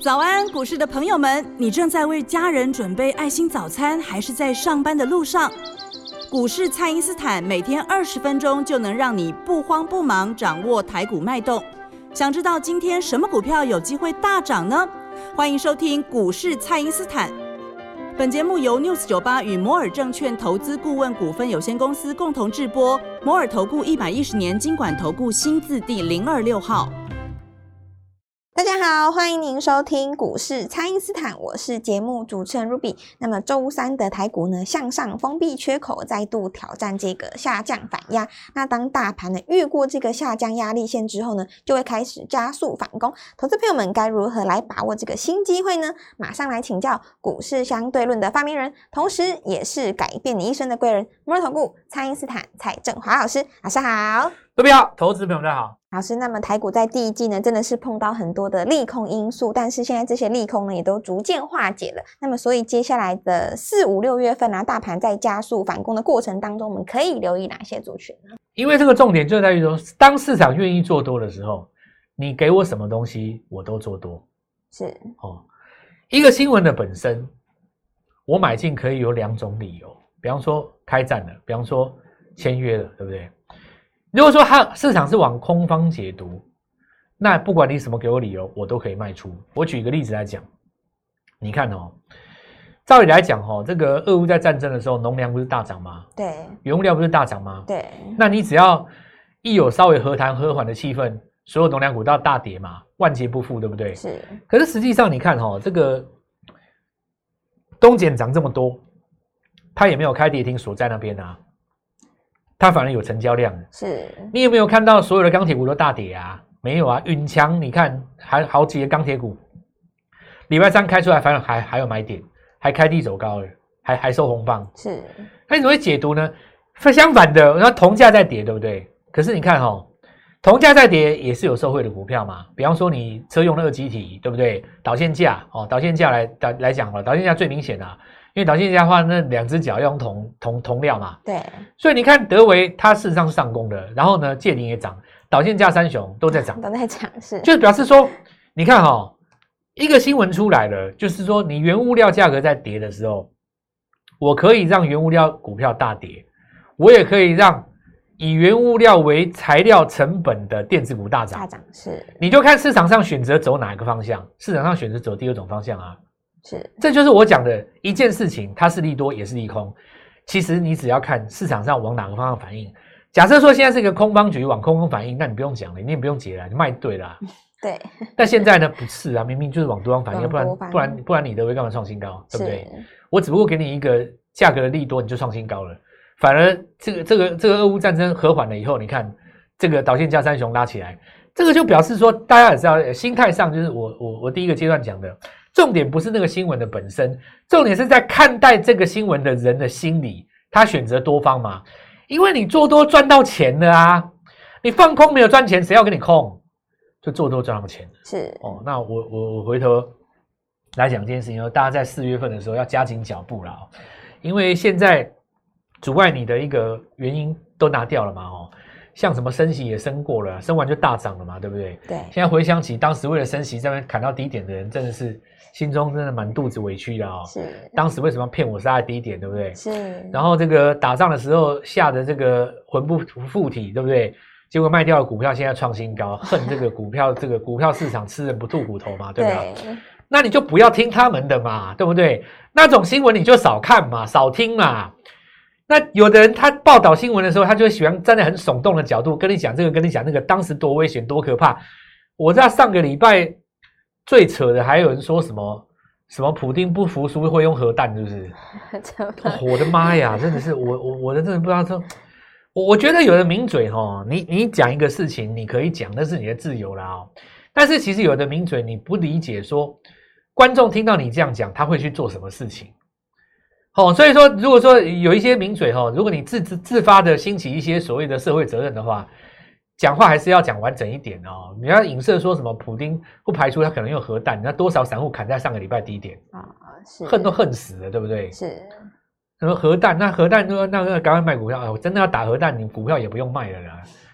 早安，股市的朋友们，你正在为家人准备爱心早餐，还是在上班的路上？股市蔡因斯坦每天20分钟就能让你不慌不忙掌握台股脉动。想知道今天什么股票有机会大涨呢？欢迎收听股市蔡因斯坦。本节目由 News98 与摩尔证券投资顾问股份有限公司共同制播，摩尔投顾110年金管投顾新字第026号。 大家好，欢迎您收听股市蔡因斯坦，我是节目主持人 Ruby。那么周三的台股呢，向上封闭缺口，再度挑战这个下降反压。那当大盘呢越过这个下降压力线之后呢，就会开始加速反攻。投资朋友们该如何来把握这个新机会呢？马上来请教股市相对论的发明人，同时也是改变你一生的贵人——摩尔投顾蔡因斯坦蔡正华老师。老师好。 各位好，投资朋友大家好。 老师，那么台股在第一季呢，真的是碰到很多的利空因素，但是现在这些利空呢，也都逐渐化解了。那么，所以接下来的4、5、6月份啊，大盘在加速反攻的过程当中，我们可以留意哪些族群呢？ 因为这个重点就在于说，当市场愿意做多的时候，你给我什么东西，我都做多。 是哦，一个新闻的本身，我买进可以有2种理由，比方说开战了，比方说签约了，对不对？如果说市场是往空方解读，那不管你什么给我理由，我都可以卖出。我举一个例子来讲，你看哦，照理来讲哦，这个俄乌在战争的时候，农粮不是大涨吗？ 对， 原物料不是大涨吗？ 对， 那你只要一有稍微和谈和缓的气氛，所有农粮股都要大跌嘛，万劫不复，对不对？ 是。 可是实际上你看哦，这个东碱涨这么多，它也没有开跌停锁在那边啊。它反而有成交量， 是。 你有没有看到所有的钢铁股都大跌啊？没有啊，允强你看还好几个钢铁股，礼拜三开出来，反而还有买点，还开低走高了，还收红棒。 是。 那你怎么会解读呢？相反的，那同价在跌，对不对？可是你看哦，同价在跌也是有受惠的股票嘛。比方说你车用的二极体，对不对？导线架哦，导线架来讲了，导线架最明显啊。因为导线架的话，那2只脚要用铜料嘛， 对， 所以你看德微它事实上是上攻的，然后呢，界鼎也涨，导线架三雄都在涨， 都在涨，是， 就是表示说，你看哈，一个新闻出来了，就是说你原物料价格在跌的时候，我可以让原物料股票大跌，我也可以让以原物料为材料成本的电子股大涨， 是， 你就看市场上选择走哪一个方向，市场上选择走第2种方向啊。 是， 这就是我讲的一件事情，它是利多也是利空。其实你只要看市场上往哪个方向反应。假设说现在是一个空方局往空方反应，那你不用讲了，你也不用解了，你卖对了。 对。 但现在呢，不是啊，明明就是往多方反应，不然你德微干嘛创新高，对不对？我只不过给你一个价格的利多，你就创新高了。反而这个俄乌战争和缓了以后，你看这个导线架三雄拉起来，这个就表示说，大家也知道，心态上就是我第一个阶段讲的。重点不是那个新闻的本身，重点是在看待这个新闻的人的心理，他选择多方嘛，因为你做多赚到钱了啊，你放空没有赚钱，谁要跟你空？就做多赚到钱是哦。那我回头来讲这件事情，大家在4月份的时候要加紧脚步啦，因为现在阻碍你的一个原因都拿掉了嘛，哦。像什么升息也升过了，升完就大涨了嘛，对不对？ 对。 现在回想起当时为了升息在那边砍到低点的人，真的是心中真的满肚子委屈的哦。是。当时为什么骗我杀在低点，对不对？是。然后这个打仗的时候吓得这个魂不附体，对不对？结果卖掉的股票现在创新高，恨这个股票市场吃人不吐骨头嘛，对吧？对。那你就不要听他们的嘛，对不对？那种新闻你就少看嘛，少听嘛。那有的人他报道新闻的时候，他就喜欢站在很耸动的角度跟你讲这个跟你讲那个，当时多危险多可怕。我知道上个礼拜最扯的还有人说什么普丁不服输会用核弹，是不是？我的妈呀，真的是我真的不知道说，我觉得有的名嘴齁，你讲一个事情你可以讲，那是你的自由啦哦。但是其实有的名嘴你不理解说，观众听到你这样讲，他会去做什么事情。所以说如果说有一些名嘴如果你自发的兴起一些所谓的社会责任的话，讲话还是要讲完整一点哦。你要影射说什么普丁不排除他可能用核弹，那多少散户砍在上个礼拜低点啊，是恨都恨死了，对不对？是。什么核弹？那核弹那个赶快卖股票，我真的要打核弹，你股票也不用卖了啦。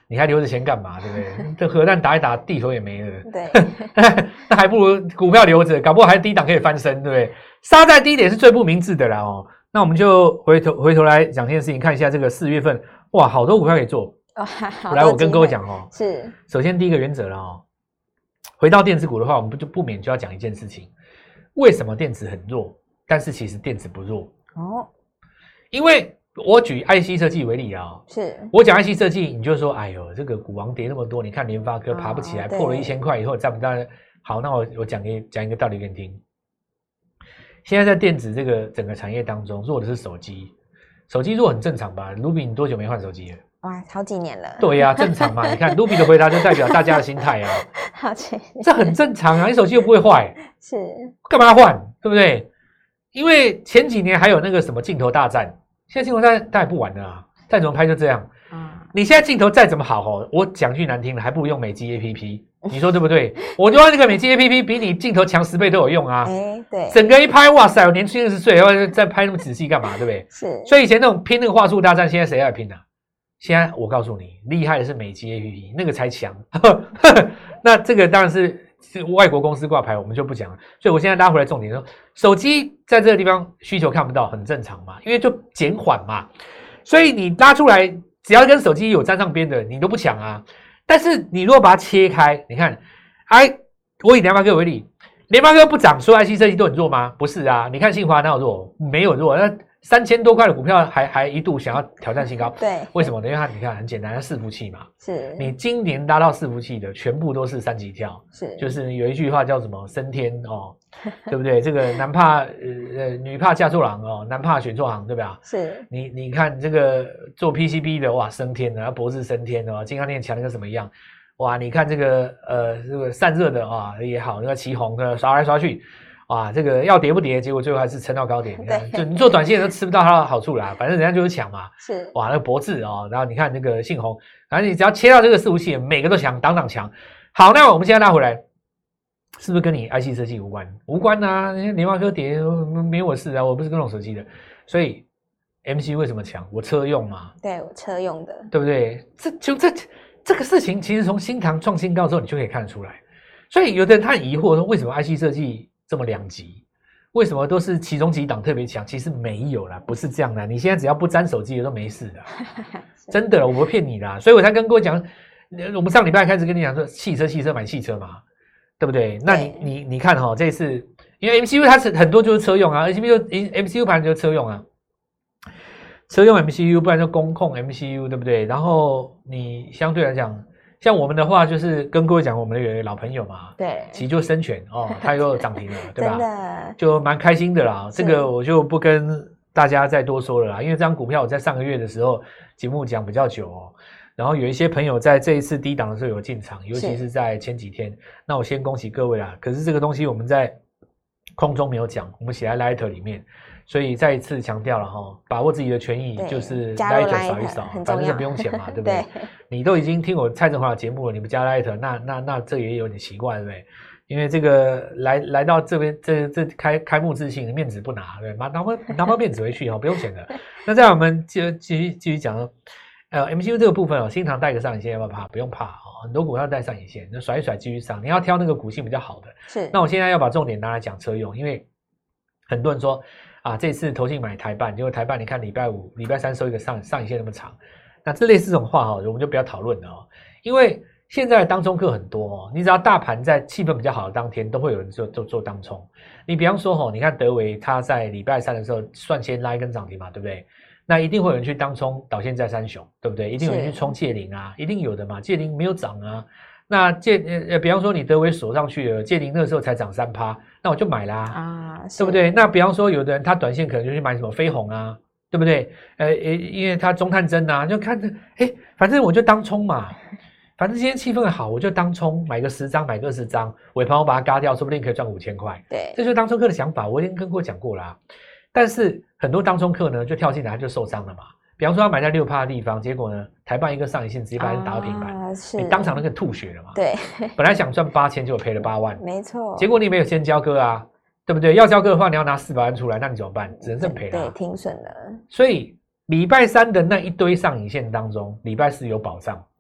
你还留着钱干嘛？对不对？这核弹打一打，地球也没了。 对， 那还不如股票留着，搞不好还低档可以翻身，对不对？杀在低点是最不明智的啦哦。那我们就回头来讲这件事情，看一下这个4月份，哇，好多股票可以做。来，我跟各位讲哦， 是， 首先第一个原则啦哦，回到电子股的话，我们不免就要讲一件事情，为什么电子很弱，但是其实电子不弱哦？因为我举 IC 设计为例啊，是我讲 IC 设计，你就说，哎呦，这个股王跌那么多，你看联发科爬不起来，破了1000块以后，站不站？好，那我讲一个道理给你听。现在在电子这个整个产业当中，弱的是手机，手机弱很正常吧？卢比，你多久没换手机了？ 哇，好几年了。 对呀，正常嘛。你看卢比的回答就代表大家的心态啊。 好奇， 这很正常啊，你手机又不会坏， 是干嘛要换？对不对？因为前几年还有那个什么镜头大战，现在镜头大战也不玩了啊，再怎么拍就这样。你现在镜头再怎么好哦，我讲句难听的，还不如用美肌 APP， 你说对不对？我就用那个美肌 APP 比你镜头强10倍都有用啊。 对， 整个一拍，哇塞，我年轻20岁，要再拍那么仔细干嘛？对不对？ 是。所以以前那种拼那个话术大战，现在谁来拼啊？现在我告诉你，厉害的是美肌 APP， 那个才强。那这个当然是外国公司挂牌，我们就不讲了。所以我现在拉回来重点说，手机在这个地方需求看不到，很正常嘛，因为就减缓嘛。所以你拉出来，只要跟手机有沾上边的，你都不抢啊。但是你如果把它切开，你看，我以联发科为例，联发科不涨，所有 IC 设计都很弱吗？不是啊，你看信华哪有弱？没有弱，那3000多块的股票还一度想要挑战新高， 对， 为什么呢？因为它你看很简单，它伺服器嘛， 是你今年拉到伺服器的全部都是3级跳， 是就是有一句话叫什么升天哦，对不对？这个男怕女怕嫁错郎哦，男怕选错行，对吧？ 是你看这个做 PCB 的哇升天了，博士升天了，金刚链强的跟什么一样？哇，你看这个这个散热的啊也好，那个奇宏的刷来刷去。哇，这个要跌不跌，结果最后还是撑到高点。你看，就你做短线都吃不到它的好处啦，反正人家就是抢嘛。 是哇，那个博智哦，然后你看那个信宏，反正你只要切到这个伺服器，每个都强，档档强。好，那我们现在拉回来，是不是跟你 IC 设计无关？无关啊，联发科跌没我事啊，我不是跟弄手机的，所以 MC 为什么强？我车用嘛。 对，我车用的， 对不对？这个事情，其实从新唐创新高之后，你就可以看得出来。所以有的人他很疑惑说，为什么 IC 设计这么两极？为什么都是其中几档特别强？其实没有啦，不是这样的。你现在只要不沾手机的都没事的，真的，我不会骗你啦。所以我才跟各位讲，我们上礼拜开始跟你讲说，汽车买汽车嘛，对不对？那你看哈，这次因为 MCU 它是很多就是车用啊 ，MCU 盘就是车用啊，车用 MCU， 不然就工控 MCU， 对不对？然后你相对来讲。像我们的话，就是跟各位讲，我们有一个老朋友嘛， 对， 其实就生全哦，他又涨停了，对吧？ 真的， 就蛮开心的啦。这个我就不跟大家再多说了啦，因为这张股票我在上个月的时候节目讲比较久哦，然后有一些朋友在这一次低档的时候有进场，尤其是在前几天。那我先恭喜各位啦。可是这个东西我们在空中没有讲，我们写在 Light 里面。所以再一次强调了哈，把握自己的权益，就是Light扫一扫，反正不用钱嘛，对不对？你都已经听我蔡振华的节目了，你不加 Light， 那这也有点奇怪，对不对？因为这个来到这边，这开幕致信，面子不拿，对，拿包面子回去哈，不用钱的。那再我们继续讲了，MCU 这个部分哦，新唐带个上影线要不要怕？不用怕哦，很多股票带上影线，那甩一甩继续上，你要挑那个股性比较好的。是。那我现在要把重点拿来讲车用，因为很多人说。这次投信买台半，结果台半你看礼拜五、礼拜三收一个上影线那么长，那这类似这种话我们就不要讨论了哦。因为现在的当冲客很多哦，你只要大盘在气氛比较好的当天，都会有人做当冲。你比方说你看德微他在礼拜三的时候率先拉一根涨停嘛，对不对？那一定会有人去当冲导线再三雄，对不对？一定有人去冲界零啊，一定有的嘛，界零没有涨啊。那比方说你德微锁上去了，界零那个时候才涨3%，那我就买啦对不对？那比方说有的人他短线可能就去买什么飞鸿啊，对不对？因为他中探针啊，就看着反正我就当冲嘛，反正今天气氛好，我就当冲，买个10张，买个20张，尾盘我把它嘎掉，说不定可以赚5000块。对，这就是当冲客的想法，我已经跟各位讲过啦。但是很多当冲客呢，就跳进来就受伤了嘛。比方说他买在6%的地方，结果呢台半一个上影线直接把人打到平板，你当场那个吐血了嘛？对，本来想赚8000，结果赔了8万，没错。结果你没有先交割啊，对不对？要交割的话，你要拿400万出来，那你怎么办？只能认赔了。对，停损了。所以礼拜三的那一堆上影线当中，礼拜四有保障，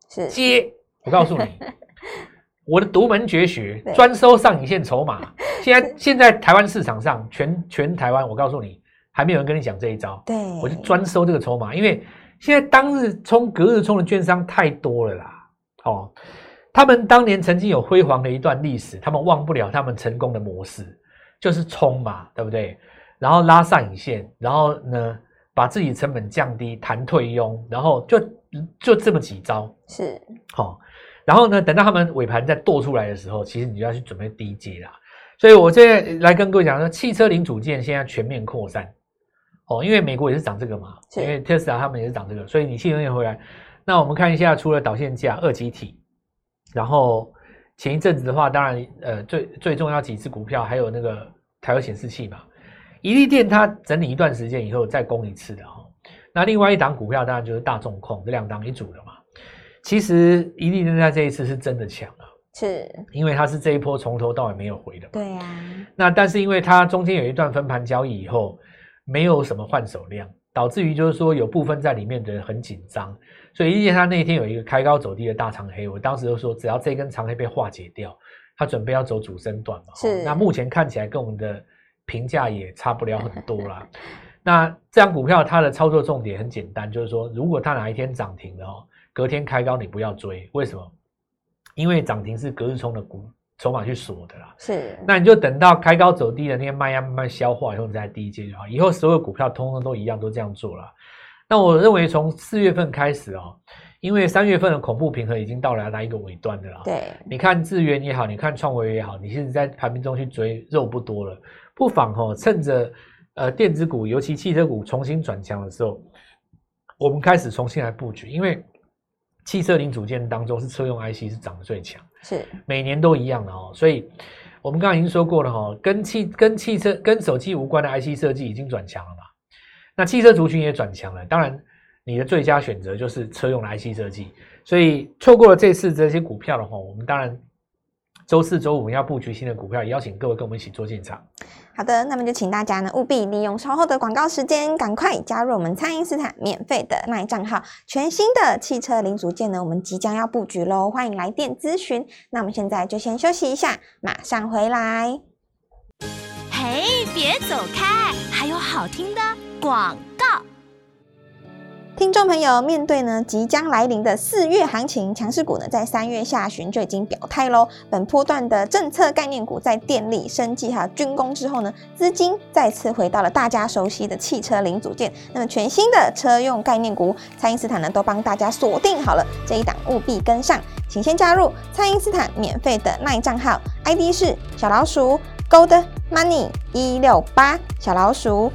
是接，我告诉你，我的独门绝学，专收上影线筹码。现在台湾市场上，全台湾，我告诉你，还没有人跟你讲这一招。 对， 我就专收这个筹码，因为现在当日冲、隔日冲的券商太多了啦。哦，他们当年曾经有辉煌的一段历史，他们忘不了他们成功的模式，就是冲嘛，对不对？然后拉上影线，然后呢，把自己成本降低，谈退佣，然后就这么几招。 是， 好。然后呢，等到他们尾盘再剁出来的时候，其实你就要去准备低阶啦。所以我现在来跟各位讲说，汽车零组件现在全面扩散哦，因为美国也是涨这个嘛，因为特斯拉他们也是涨这个，所以你汽车零回来。那我们看一下，除了导线架、二极体，然后前一阵子的话，当然最重要几只股票，还有那个台湾显示器嘛，怡利电它整理一段时间以后再攻一次的哈。那另外一档股票当然就是大众控，这两档一组的嘛。其实怡利电在这一次是真的强啊， 是因为它是这一波从头到尾没有回的嘛。 对啊。 那但是因为它中间有一段分盘交易以后，没有什么换手量，导致于就是说有部分在里面的人很紧张，所以怡利电它那一天有一个开高走低的大长黑，我当时就说只要这根长黑被化解掉，它准备要走主升段嘛。 是。 那目前看起来跟我们的评价也差不了很多啦。那这张股票它的操作重点很简单，就是说如果它哪一天涨停了哦，隔天开高你不要追，为什么？因为涨停是隔日冲的股筹码去锁的啦。 是， 那你就等到开高走低的那些卖压慢慢消化以后，你再低接就好。以后所有股票通通都一样，都这样做了。那我认为从4月份开始哦，因为3月份的恐怖平衡已经到了那一个尾段的啦。 对， 你看智原也好，你看创维也好，你现在在盘面中去追肉不多了，不妨趁着电子股，尤其汽车股重新转强的时候，我们开始重新来布局，因为汽车零组件当中是车用 IC 是涨得最强， 是每年都一样的哦。所以我们刚刚已经说过了哈，跟汽车跟手机无关的 IC 设计已经转强了嘛。那汽车族群也转强了，当然你的最佳选择就是车用的 IC 设计。所以错过了这次这些股票的话，我们当然周4、周5要布局新的股票，也邀请各位跟我们一起做进场。 好的，那么就请大家呢务必利用稍后的广告时间，赶快加入我们蔡因斯坦免费的LINE账号。全新的汽车零组件呢，我们即将要布局咯，欢迎来电咨询。那我们现在就先休息一下，马上回来。 嘿，别走开，还有好听的广告。 听众朋友，面对呢即将来临的4月行情，强势股呢在3月下旬就已经表态咯。本波段的政策概念股在电力、生技还有军工之后呢，资金再次回到了大家熟悉的汽车零组件。那么全新的车用概念股，蔡因斯坦呢都帮大家锁定好了，这一档务必跟上。请先加入蔡因斯坦免费的 LINE 账号 ，ID 是小老鼠 Gold Money 168，小老鼠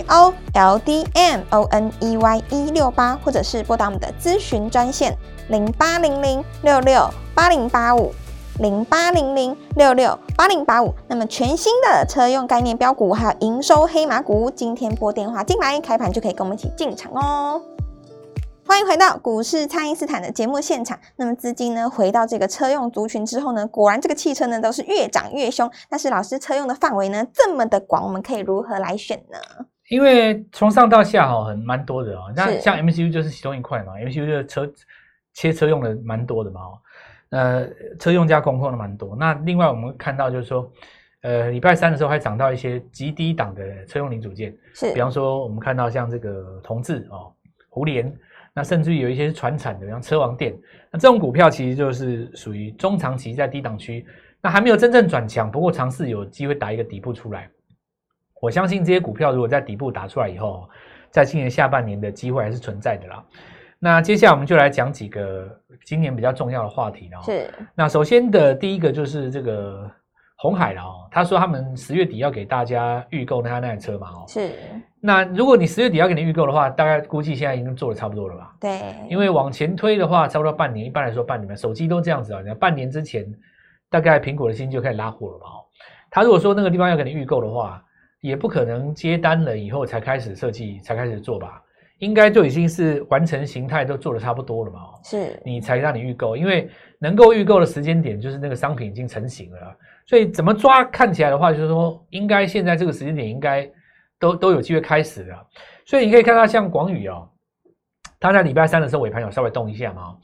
GOLDMONEY 168，或者是拨打我们的咨询专线0800668085 0800668085。那么全新的车用概念标股还有营收黑马股，今天拨电话进来，开盘就可以跟我们一起进场哦。欢迎回到股市蔡因斯坦的节目现场。那么资金呢回到这个车用族群之后呢，果然这个汽车呢都是越涨越凶。但是老师，车用的范围呢这么的广，我们可以如何来选呢？ 因为从上到下蛮多的哦。那像 MCU 就是其中一块嘛 ，MCU 就是切车用的蛮多的嘛车用加工控的蛮多。那另外我们看到就是说，礼拜3的时候还涨到一些极低档的车用零组件，是比方说我们看到像这个同致胡联。那甚至于有一些是传产的，像车王电，那这种股票其实就是属于中长期在低档区，那还没有真正转强，不过尝试有机会打一个底部出来。我相信这些股票如果在底部打出来以后，在今年下半年的机会还是存在的啦。那接下来我们就来讲几个今年比较重要的话题了。是。那首先的第一个就是这个鸿海了他说他们10月底要给大家预购他那台车嘛是。那如果你10月底要给你预购的话，大概估计现在已经做的差不多了吧？对。因为往前推的话，差不多半年，一般来说半年，手机都这样子啊。半年之前，大概苹果的新就开始拉货了嘛他如果说那个地方要给你预购的话，也不可能接单了以后才开始设计，才开始做吧？应该就已经是完成形态都做的差不多了嘛是。你才让你预购，因为能够预购的时间点就是那个商品已经成型了。所以怎么抓看起来的话，就是说应该现在这个时间点应该都有机会开始了。所以你可以看到像广宇它在礼拜3的时候尾盘有稍微动一下嘛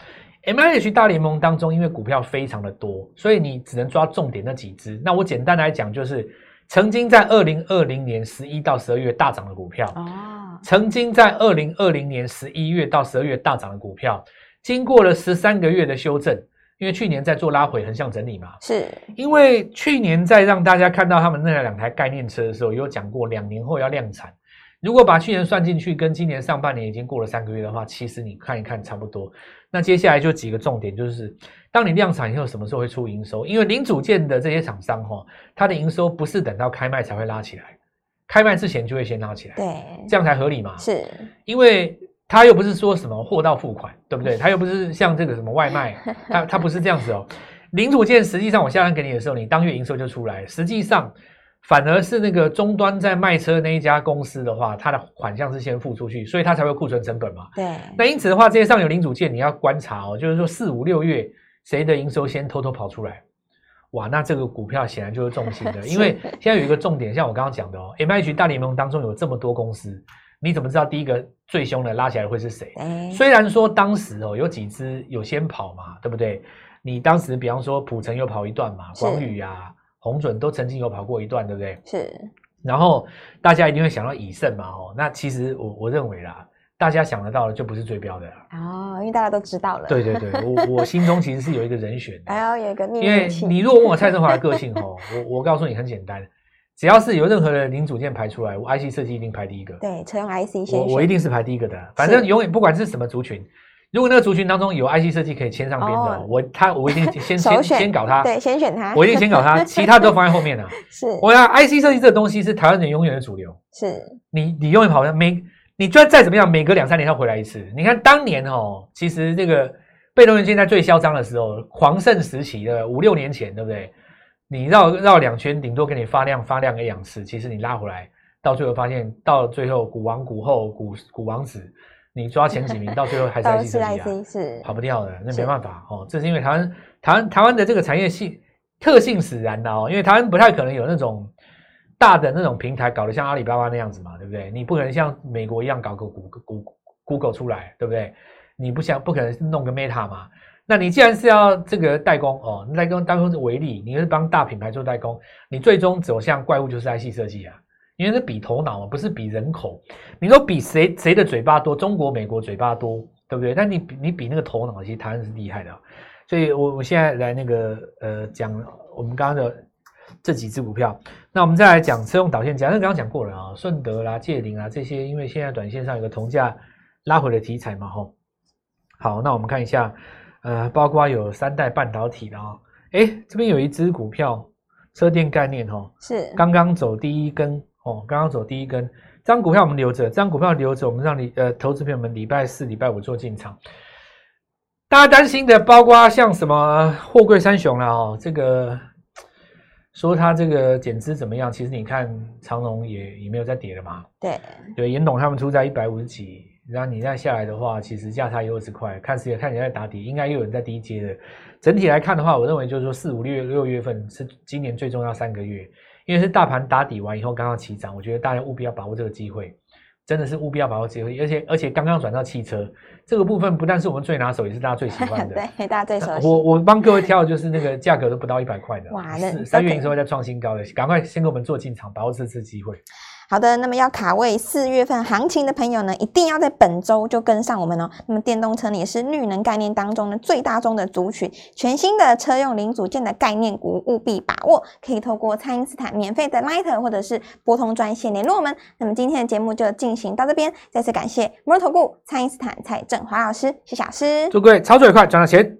MIH 大联盟当中，因为股票非常的多，所以你只能抓重点那几只。那我简单来讲，就是曾经在2020年11到12月大涨的股票，曾经在2020年11月到12月大涨的股票，经过了13个月的修正，因为去年在做拉回横向整理嘛， 是因为去年在让大家看到他们那2台概念车的时候，有讲过2年后要量产。如果把去年算进去，跟今年上半年已经过了3个月的话，其实你看一看差不多。那接下来就几个重点，就是当你量产以后，什么时候会出营收？因为零组件的这些厂商它的营收不是等到开卖才会拉起来，开卖之前就会先拉起来， 对， 这样才合理嘛。 是， 因为它又不是说什么货到付款，对不对？它又不是像这个什么外卖，它不是这样子哦。零组件实际上我下单给你的时候，你当月营收就出来，实际上反而是那个终端在卖车那一家公司的话，它的款项是先付出去，所以它才会库存成本嘛。 对。那因此的话，这些上游零组件你要观察哦，就是说4、5、6月谁的营收先偷偷跑出来，哇，那这个股票显然就是重心的，因为现在有一个重点，像我刚刚讲的哦 ，MIH 大联盟当中有这么多公司，你怎么知道第一个最凶的拉起来会是谁？虽然说当时哦有几只有先跑嘛，对不对？你当时比方说普成有跑一段嘛，广宇啊。鸿准都曾经有跑过一段，对不对？ 是。 然后大家一定会想到以盛嘛，那其实我认为啦，大家想得到的就不是最标的啦。 因为大家都知道了。 对，我心中其实是有一个人选的。 有一个秘密。 因为你如果问我蔡振华的个性我告诉你很简单，只要是有任何的零组件排出来，我 IC 设计一定排第一个。 对，车用 IC 先选。 我一定是排第一个的，反正永远不管是什么族群。如果那个族群当中有 IC 设计可以牵上边的，我一定先搞它， 对，先选它， 我一定先搞它，其他都放在后面了。 是， 我要 IC 设计这个东西是台湾人永远的主流。 是， 你永远跑的你就再怎么样，每隔2、3年要回来一次。你看当年其实这个被动元件在最嚣张的时候，狂盛时期的5、6年前，对不对？你绕2圈，顶多给你发量1、2次，其实你拉回来，到最后发现，到最后股王、股后、股王子。你抓前几名，到最后还是 IC 设计啊， 是跑不掉的，那没办法这是因为台湾的这个产业系特性使然的因为台湾不太可能有那种大的那种平台搞得像阿里巴巴那样子嘛，对不对？你不可能像美国一样搞个Google 出来，对不对？你不可能弄个 Meta 嘛？那你既然是要这个代工代工为例，你是帮大品牌做代工，你最终走向怪物就是 IC 设计啊。因为是比头脑嘛，不是比人口。你说比谁的嘴巴多，中国、美国嘴巴多，对不对？但你比那个头脑，其实台湾是厉害的。所以我现在来那个讲我们刚刚的这几只股票。那我们再来讲车用导线架，那刚刚讲过了啊，顺德啦、界霖啦这些，因为现在短线上有个铜价拉回的题材嘛，好，那我们看一下，包括有3代半导体的这边有一只股票，车电概念是刚刚走第一根。刚刚走第一根，这张股票我们留着，我们让投资朋友们礼拜4、礼拜5做进场。大家担心的，包括像什么货柜三雄啦这个说它这个减资怎么样？其实你看长荣也没有再跌了嘛。对，严董他们出在150几，然后你再下来的话，其实价差有20块，看起来在打底，应该又有人在低接的。整体来看的话，我认为就是说4、5、6月份是今年最重要3个月。因为是大盘打底完以后刚刚起涨，我觉得大家务必要把握这个机会，真的是务必要把握机会，而且刚刚转到汽车这个部分，不但是我们最拿手，也是大家最喜欢的。 对，大家最熟悉。 我帮各位挑的就是那个价格都不到100块的， 哇 ，3月营收会再创新高的，赶快先给我们做进场，把握这次机会。 好的，那么要卡位4月份行情的朋友呢，一定要在本周就跟上我们哦。那么电动车呢，也是绿能概念当中呢最大宗的族群，全新的车用零组件的概念股，务必把握。可以透过蔡因斯坦免费的 Line 或者是拨通专线联络我们。那么今天的节目就进行到这边，再次感谢摩尔投顾蔡因斯坦蔡正华老师，谢谢老师。 祝各位操作愉快，赚到钱。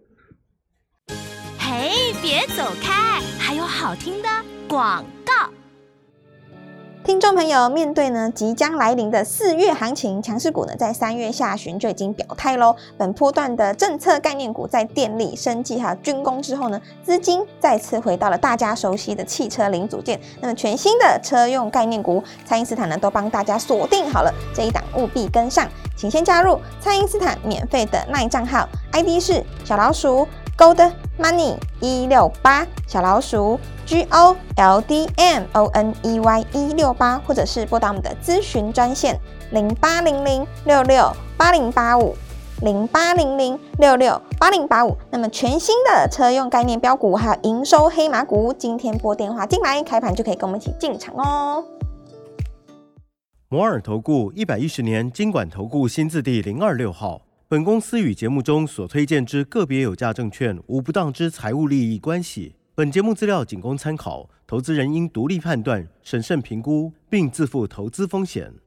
嘿，别走开，还有好听的广告。 听众朋友，面对呢即将来临的4月行情，强势股呢在3月下旬就已经表态咯。本波段的政策概念股在电力、生技还有军工之后呢，资金再次回到了大家熟悉的汽车零组件。那么全新的车用概念股，蔡因斯坦呢都帮大家锁定好了，这一档务必跟上。请先加入蔡因斯坦免费的 LINE 账号 ，ID 是小老鼠 Gold Money 168，小老鼠GOLDMONEY 168，或者是拨打我们的咨询专线0800668085 0800668085。那么全新的车用概念标股，还有营收黑马股，今天拨电话进来，开盘就可以跟我们一起进场哦。 摩尔投顾110年金管投顾新字第026号。本公司与节目中所推荐之个别有价证券无不当之财务利益关系。本节目资料仅供参考，投资人应独立判断、审慎评估，并自负投资风险。